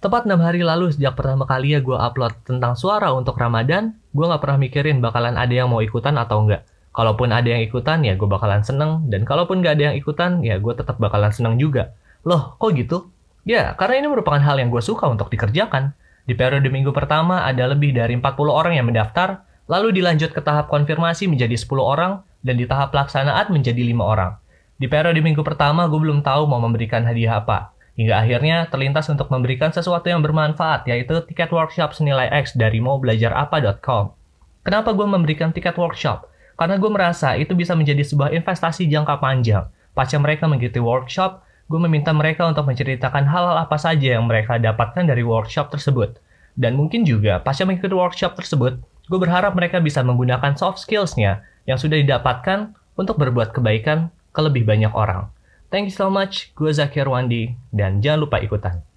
Tepat 6 hari lalu sejak pertama kali ya gue upload tentang suara untuk Ramadan, gue gak pernah mikirin bakalan ada yang mau ikutan atau enggak. Kalaupun ada yang ikutan ya gue bakalan seneng, dan kalaupun gak ada yang ikutan ya gue tetap bakalan seneng juga. Loh, kok gitu? Ya, karena ini merupakan hal yang gue suka untuk dikerjakan. Di periode minggu pertama ada lebih dari 40 orang yang mendaftar, lalu dilanjut ke tahap konfirmasi menjadi 10 orang, dan di tahap pelaksanaan menjadi 5 orang. Di periode minggu pertama gue belum tahu mau memberikan hadiah apa. Hingga akhirnya terlintas untuk memberikan sesuatu yang bermanfaat, yaitu tiket workshop senilai X dari maubelajarapa.com. Kenapa gue memberikan tiket workshop? Karena gue merasa itu bisa menjadi sebuah investasi jangka panjang. Pasca mereka mengikuti workshop, gue meminta mereka untuk menceritakan hal-hal apa saja yang mereka dapatkan dari workshop tersebut. Dan mungkin juga pasca mengikuti workshop tersebut, gue berharap mereka bisa menggunakan soft skills-nya yang sudah didapatkan untuk berbuat kebaikan ke lebih banyak orang. Thank you so much, gue Zakir Wandi, dan jangan lupa ikutan.